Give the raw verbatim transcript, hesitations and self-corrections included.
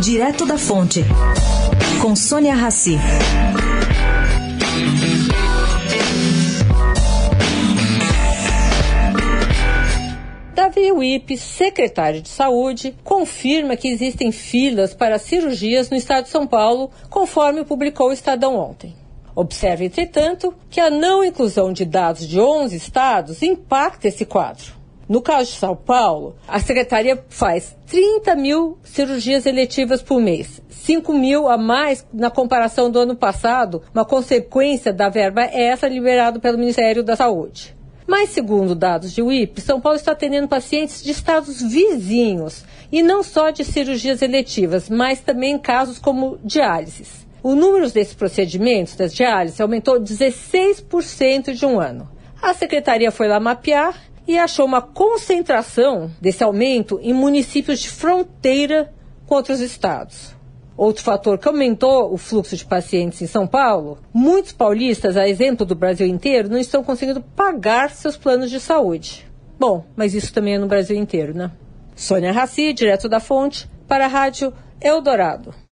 Direto da Fonte, com Sônia Rassi. Davi Wippe, secretário de Saúde, confirma que existem filas para cirurgias no estado de São Paulo, conforme publicou o Estadão ontem. Observe, entretanto, que a não inclusão de dados de onze estados impacta esse quadro. No caso de São Paulo, a secretaria faz trinta mil cirurgias eletivas por mês, cinco mil a mais na comparação do ano passado, uma consequência da verba extra liberada pelo Ministério da Saúde. Mas, segundo dados de Wippe, São Paulo está atendendo pacientes de estados vizinhos, e não só de cirurgias eletivas, mas também casos como diálises. O número desses procedimentos, das diálises, aumentou dezesseis por cento de um ano. A secretaria foi lá mapear e achou uma concentração desse aumento em municípios de fronteira com outros estados. Outro fator que aumentou o fluxo de pacientes em São Paulo, muitos paulistas, a exemplo do Brasil inteiro, não estão conseguindo pagar seus planos de saúde. Bom, mas isso também é no Brasil inteiro, né? Sônia Rassi, direto da Fonte, para a Rádio Eldorado.